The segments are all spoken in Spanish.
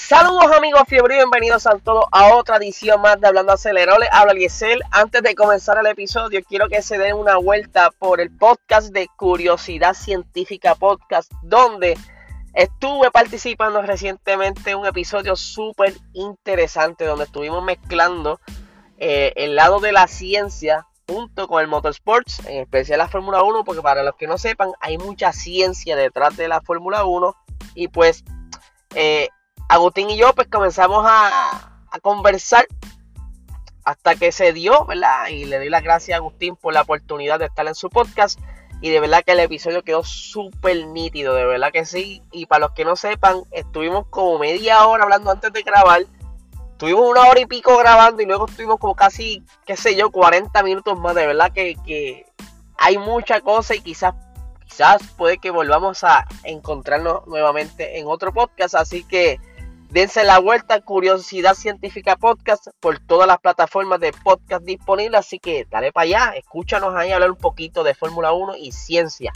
Saludos amigos fiebre y bienvenidos a todos a otra edición más de Hablando Acelerado. Les habla Eliezer. Antes de comenzar el episodio, quiero que se den una vuelta por el podcast de Curiosidad Científica Podcast, donde estuve participando recientemente en un episodio súper interesante, donde estuvimos mezclando el lado de la ciencia junto con el motorsports, en especial la Fórmula 1, porque para los que no sepan, hay mucha ciencia detrás de la Fórmula 1 y pues Agustín y yo pues comenzamos a conversar hasta que se dio, ¿verdad? Y le doy las gracias a Agustín por la oportunidad de estar en su podcast. Y de verdad que el episodio quedó súper nítido, de verdad que sí. Y para los que no sepan, estuvimos como media hora hablando antes de grabar. Estuvimos 1 hora y pico grabando y luego estuvimos como casi, 40 minutos más. De verdad que hay mucha cosa y quizás puede que volvamos a encontrarnos nuevamente en otro podcast. Así que dense la vuelta, Curiosidad Científica Podcast, por todas las plataformas de podcast disponibles. Así que dale para allá, escúchanos ahí hablar un poquito de Fórmula 1 y ciencia.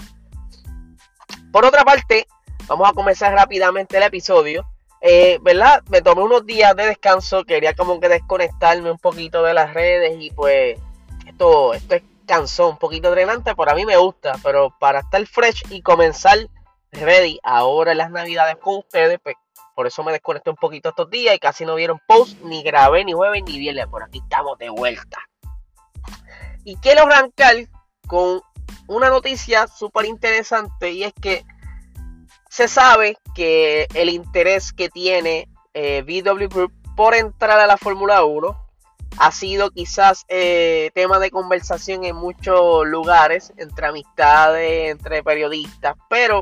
Por otra parte, vamos a comenzar rápidamente el episodio. ¿Verdad? Me tomé unos días de descanso, quería como que desconectarme un poquito de las redes y pues esto es cansón, un poquito drenante, pero a mí me gusta. Pero para estar fresh y comenzar ready ahora en las navidades con ustedes, pues por eso me desconecté un poquito estos días y casi no vieron post, ni grabé ni jueves ni viernes. Por aquí estamos de vuelta. Y quiero arrancar con una noticia súper interesante, y es que se sabe que el interés que tiene VW Group por entrar a la Fórmula 1 ha sido quizás tema de conversación en muchos lugares, entre amistades, entre periodistas, pero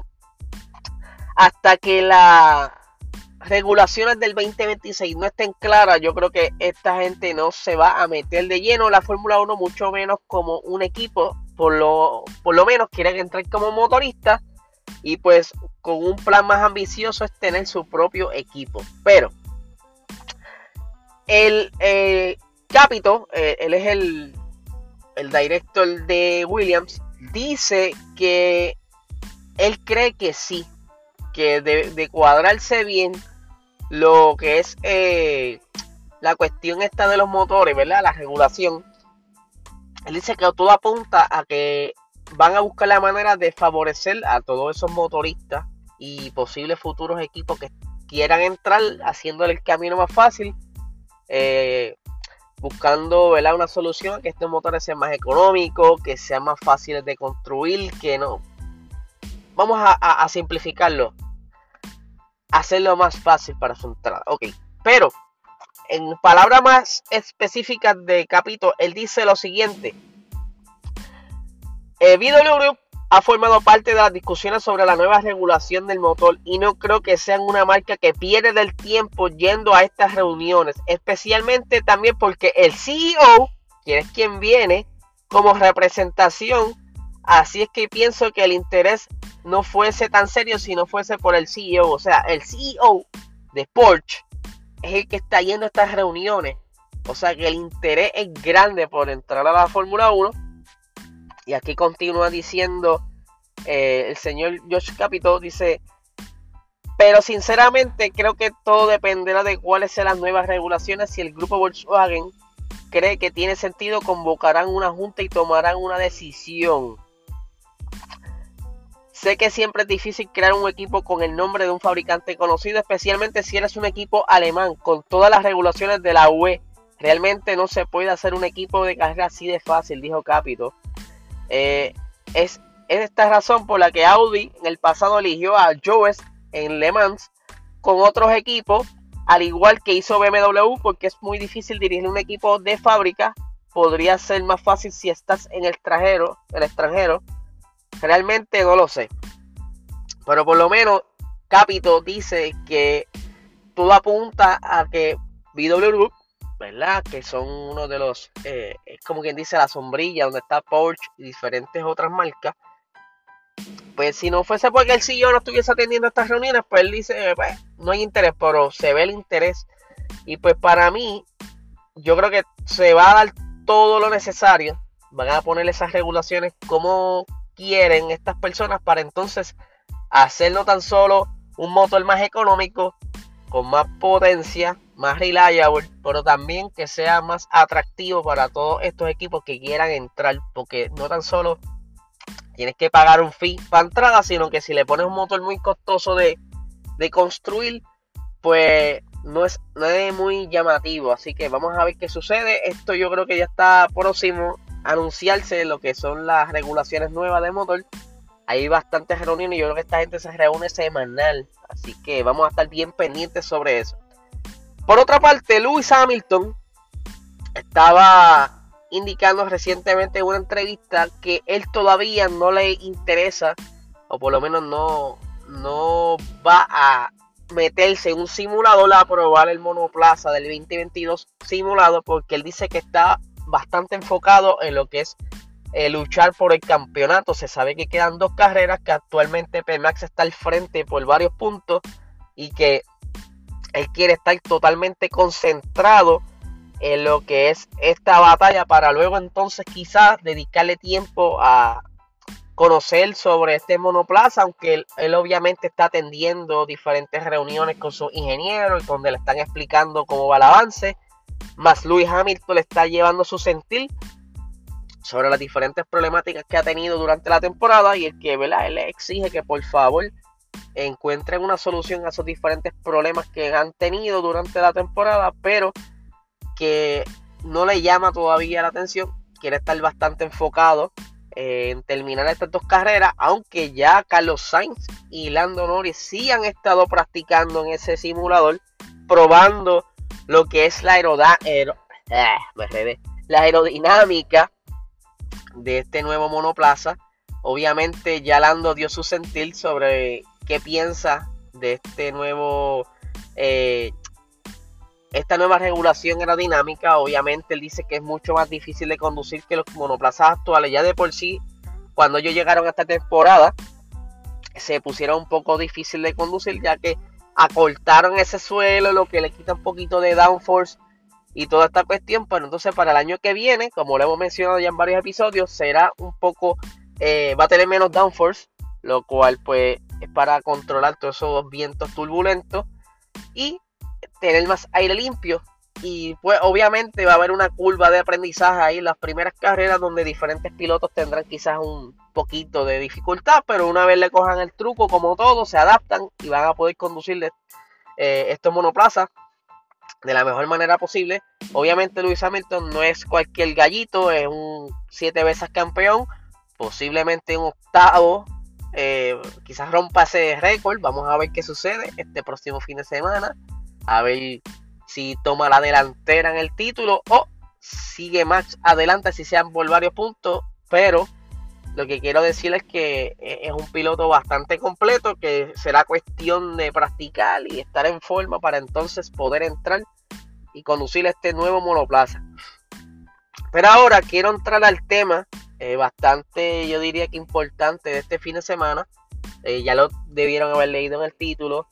hasta que las regulaciones del 2026 no estén claras, yo creo que esta gente no se va a meter de lleno en la Fórmula 1, mucho menos como un equipo. Por lo menos quieren entrar como motoristas y pues con un plan más ambicioso es tener su propio equipo. Pero el Capito, él es el director de Williams, dice que él cree que sí, que de cuadrarse bien lo que es la cuestión esta de los motores, ¿verdad? La regulación. Él dice que todo apunta a que van a buscar la manera de favorecer a todos esos motoristas y posibles futuros equipos que quieran entrar, haciéndole el camino más fácil, buscando, ¿verdad?, una solución a que estos motores sean más económicos, que sean más fáciles de construir, que no. Vamos a simplificarlo, hacerlo más fácil para su entrada. Ok, pero en palabras más específicas de Capito, él dice lo siguiente: VW Group ha formado parte de las discusiones sobre la nueva regulación del motor y no creo que sean una marca que pierde el tiempo yendo a estas reuniones, especialmente también porque el CEO, que es quien viene como representación, así es que pienso que el interés no fuese tan serio si no fuese por el CEO. O sea, el CEO de Porsche es el que está yendo a estas reuniones. O sea que el interés es grande por entrar a la Fórmula 1. Y aquí continúa diciendo el señor Josh Capito, dice: pero sinceramente creo que todo dependerá de cuáles sean las nuevas regulaciones. Si el grupo Volkswagen cree que tiene sentido, convocarán una junta y tomarán una decisión. Sé que siempre es difícil crear un equipo con el nombre de un fabricante conocido, especialmente si eres un equipo alemán, con todas las regulaciones de la UE. Realmente no se puede hacer un equipo de carrera así de fácil, dijo Capito. Es esta razón por la que Audi en el pasado eligió a Joest en Le Mans con otros equipos, al igual que hizo BMW, porque es muy difícil dirigir un equipo de fábrica. Podría ser más fácil si estás en el extranjero. Realmente no lo sé, pero por lo menos Capito dice que todo apunta a que VW Group, ¿verdad?, que son uno de los, es como quien dice la sombrilla donde está Porsche y diferentes otras marcas. Pues si no fuese porque el CEO no estuviese atendiendo estas reuniones, pues él dice, pues, no hay interés, pero se ve el interés. Y pues para mí, yo creo que se va a dar todo lo necesario. Van a poner esas regulaciones como quieren estas personas para entonces hacer no tan solo un motor más económico, con más potencia, más reliable, pero también que sea más atractivo para todos estos equipos que quieran entrar, porque no tan solo tienes que pagar un fee para entrada, sino que si le pones un motor muy costoso de construir, pues no es muy llamativo. Así que vamos a ver qué sucede. Esto yo creo que ya está próximo a anunciarse lo que son las regulaciones nuevas de motor. Hay bastantes reuniones y yo creo que esta gente se reúne semanal, así que vamos a estar bien pendientes sobre eso. Por otra parte, Lewis Hamilton estaba indicando recientemente en una entrevista que él todavía no le interesa, o por lo menos no va a meterse en un simulador a probar el monoplaza del 2022 simulado, porque él dice que está bastante enfocado en lo que es luchar por el campeonato. Se sabe que quedan 2 carreras, que actualmente P-Max está al frente por varios puntos y que él quiere estar totalmente concentrado en lo que es esta batalla para luego entonces quizás dedicarle tiempo a conocer sobre este monoplaza, aunque él obviamente está atendiendo diferentes reuniones con sus ingenieros y donde le están explicando cómo va el avance, más Lewis Hamilton le está llevando su sentir sobre las diferentes problemáticas que ha tenido durante la temporada, y el que, ¿verdad?, él le exige que por favor encuentren una solución a esos diferentes problemas que han tenido durante la temporada, pero que no le llama todavía la atención. Quiere estar bastante enfocado en terminar estas 2 carreras, aunque ya Carlos Sainz y Lando Norris sí han estado practicando en ese simulador, probando lo que es la aerodinámica de este nuevo monoplaza. Obviamente ya Lando dio su sentir sobre qué piensa de este nuevo esta nueva regulación aerodinámica. Obviamente él dice que es mucho más difícil de conducir que los monoplazas actuales. Ya de por sí, cuando ellos llegaron a esta temporada, se pusieron un poco difícil de conducir, ya que acortaron ese suelo, lo que le quita un poquito de downforce y toda esta cuestión. Pero entonces para el año que viene, como lo hemos mencionado ya en varios episodios, será un poco, va a tener menos downforce, lo cual pues es para controlar todos esos vientos turbulentos y tener más aire limpio. Y pues obviamente va a haber una curva de aprendizaje ahí en las primeras carreras, donde diferentes pilotos tendrán quizás un poquito de dificultad, pero una vez le cojan el truco, como todo, se adaptan y van a poder conducir estos monoplazas de la mejor manera posible. Obviamente Lewis Hamilton no es cualquier gallito, es un 7 veces campeón, posiblemente un 8º, quizás rompa ese récord. Vamos a ver qué sucede este próximo fin de semana, a ver si toma la delantera en el título o sigue más adelante, si sean por varios puntos. Pero lo que quiero decir es que es un piloto bastante completo, que será cuestión de practicar y estar en forma para entonces poder entrar y conducir este nuevo monoplaza. Pero ahora quiero entrar al tema bastante, yo diría que importante, de este fin de semana. Ya lo debieron haber leído en el título.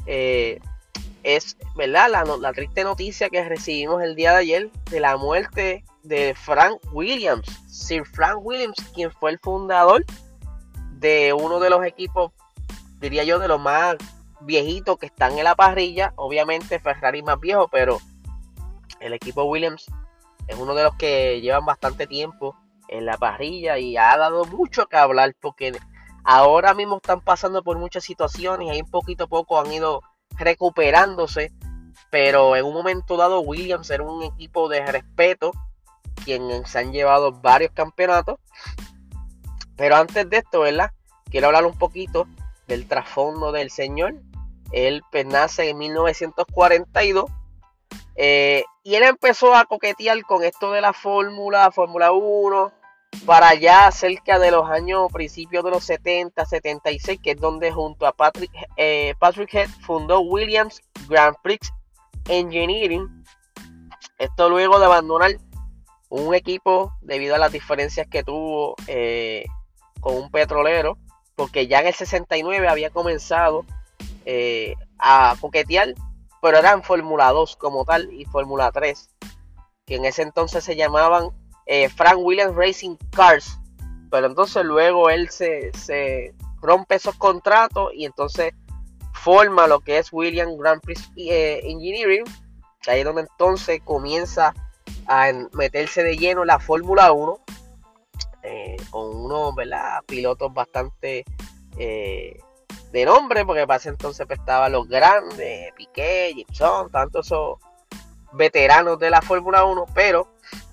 Es, ¿verdad?, la triste noticia que recibimos el día de ayer de la muerte de Frank Williams. Sir Frank Williams, quien fue el fundador de uno de los equipos, diría yo, de los más viejitos que están en la parrilla. Obviamente Ferrari más viejo, pero el equipo Williams es uno de los que llevan bastante tiempo en la parrilla y ha dado mucho que hablar, porque ahora mismo están pasando por muchas situaciones y ahí poquito a poco han ido recuperándose, pero en un momento dado Williams era un equipo de respeto, quienes se han llevado varios campeonatos. Pero antes de esto, ¿verdad?, quiero hablar un poquito del trasfondo del señor. Él pues nace en 1942 y él empezó a coquetear con esto de la Fórmula 1 para allá cerca de los años, principios de los 70, 76, que es donde junto a Patrick Head fundó Williams Grand Prix Engineering. Esto luego de abandonar un equipo debido a las diferencias que tuvo con un petrolero, porque ya en el 69 había comenzado a coquetear, pero eran Fórmula 2 como tal y Fórmula 3, que en ese entonces se llamaban Frank Williams Racing Cars. Pero entonces luego él se rompe esos contratos y entonces forma lo que es Williams Grand Prix Engineering, que ahí es donde entonces comienza a meterse de lleno la Fórmula 1, con unos, ¿verdad?, pilotos bastante de nombre, porque para ese entonces pues, estaban los grandes, Piquet, Gibson, tantos esos veteranos de la Fórmula 1, pero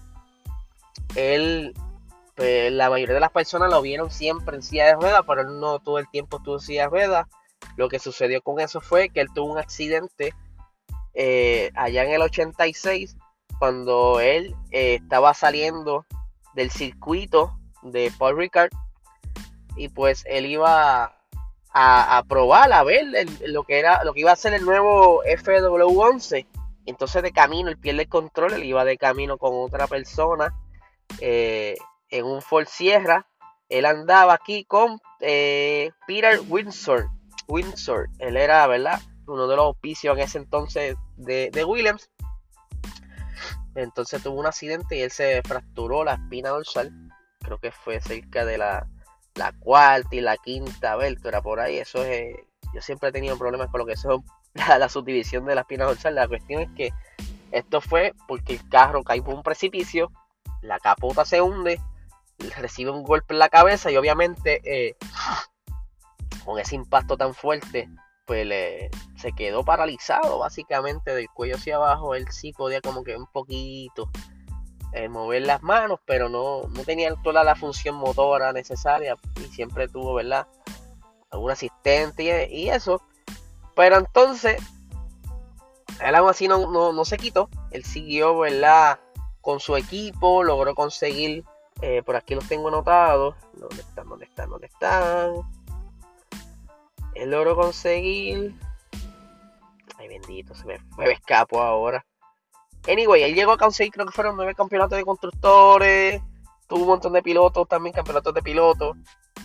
él, pues, la mayoría de las personas lo vieron siempre en silla de ruedas, pero él no todo el tiempo estuvo en silla de ruedas. Lo que sucedió con eso fue que él tuvo un accidente allá en el 86, cuando él estaba saliendo del circuito de Paul Ricard, y pues él iba a probar, a ver lo que iba a ser el nuevo FW11. Entonces de camino él pierde el control, él iba de camino con otra persona en un Ford Sierra. Él andaba aquí con Peter Windsor. Él era, ¿verdad?, uno de los auspicios en ese entonces de Williams. Entonces tuvo un accidente y él se fracturó la espina dorsal. Creo que fue cerca de la cuarta y la quinta vértebra, por ahí. Eso es, yo siempre he tenido problemas con lo que son la subdivisión de la espina dorsal. La cuestión es que esto fue porque el carro cae por un precipicio, la capota se hunde, recibe un golpe en la cabeza y obviamente con ese impacto tan fuerte pues se quedó paralizado básicamente del cuello hacia abajo. Él sí podía como que un poquito mover las manos, pero no tenía toda la función motora necesaria, y siempre tuvo, ¿verdad?, algún asistente y eso. Pero entonces él aún así no se quitó. Él siguió, ¿verdad?, con su equipo, logró conseguir, por aquí los tengo anotados. ¿Dónde están? Él logró conseguir, ay bendito, me escapo ahora. Anyway, él llegó a conseguir, creo que fueron 9 campeonatos de constructores. Tuvo un montón de pilotos también, campeonatos de pilotos.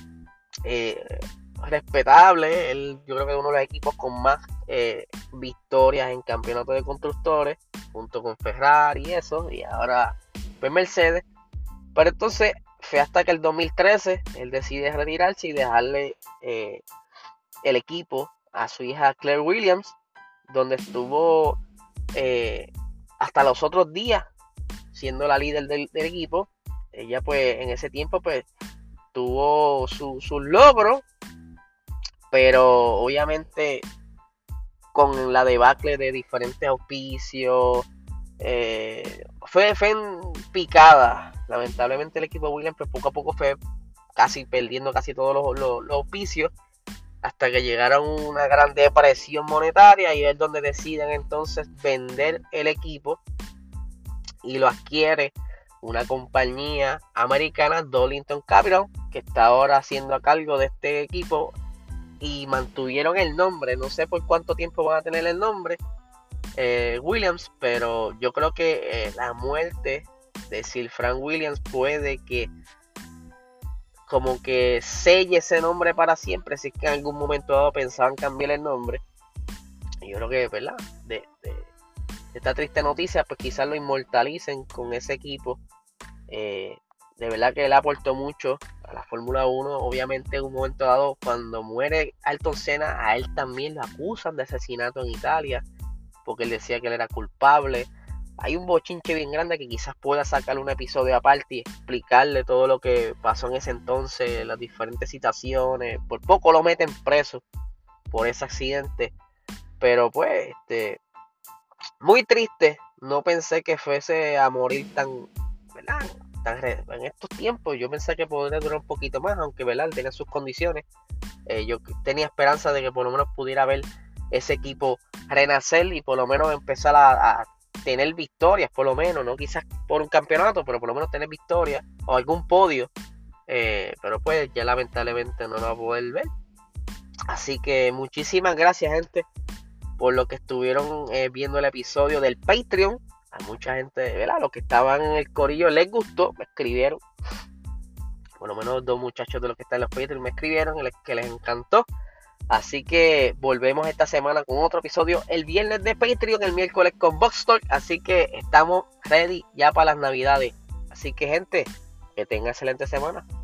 Respetable. Él, yo creo que es uno de los equipos con más victorias en campeonatos de constructores, junto con Ferrari y eso. Y ahora pues Mercedes. Pero entonces fue hasta que el 2013 él decide retirarse y dejarle el equipo a su hija Claire Williams, donde estuvo hasta los otros días siendo la líder del equipo. Ella pues en ese tiempo pues tuvo sus logros, pero obviamente con la debacle de diferentes auspicios fue en picada. Lamentablemente el equipo Williams pues poco a poco fue perdiendo casi todos los auspicios, hasta que llegaron a una gran depresión monetaria, y es donde deciden entonces vender el equipo y lo adquiere una compañía americana, Darlington Capital, que está ahora haciendo a cargo de este equipo, y mantuvieron el nombre. No sé por cuánto tiempo van a tener el nombre Williams, pero yo creo que la muerte de Sir Frank Williams puede que como que selle ese nombre para siempre, si es que en algún momento dado pensaban cambiar el nombre. Y yo creo que, ¿verdad?, de esta triste noticia, pues quizás lo inmortalicen con ese equipo. De verdad que él aportó mucho a la Fórmula 1. Obviamente en un momento dado, cuando muere Ayrton Senna, a él también lo acusan de asesinato en Italia, porque él decía que él era culpable. Hay un bochinche bien grande que quizás pueda sacar un episodio aparte y explicarle todo lo que pasó en ese entonces, las diferentes situaciones. Por poco lo meten preso por ese accidente. Pero pues, muy triste. No pensé que fuese a morir tan, ¿verdad?, en estos tiempos. Yo pensé que podría durar un poquito más, aunque, ¿verdad?, él tenía sus condiciones. Yo tenía esperanza de que por lo menos pudiera ver ese equipo renacer y por lo menos empezar a tener victorias, por lo menos, no quizás por un campeonato, pero por lo menos tener victorias o algún podio. Pero pues ya lamentablemente no lo va a poder ver. Así que muchísimas gracias, gente, por lo que estuvieron viendo el episodio del Patreon. A mucha gente, ¿verdad?, los que estaban en el corillo les gustó, me escribieron. Por lo menos 2 muchachos de los que están en los Patreon me escribieron que les encantó. Así que volvemos esta semana con otro episodio el viernes de Patreon, el miércoles con Box Talk. Así que estamos ready ya para las navidades. Así que, gente, que tengan excelente semana.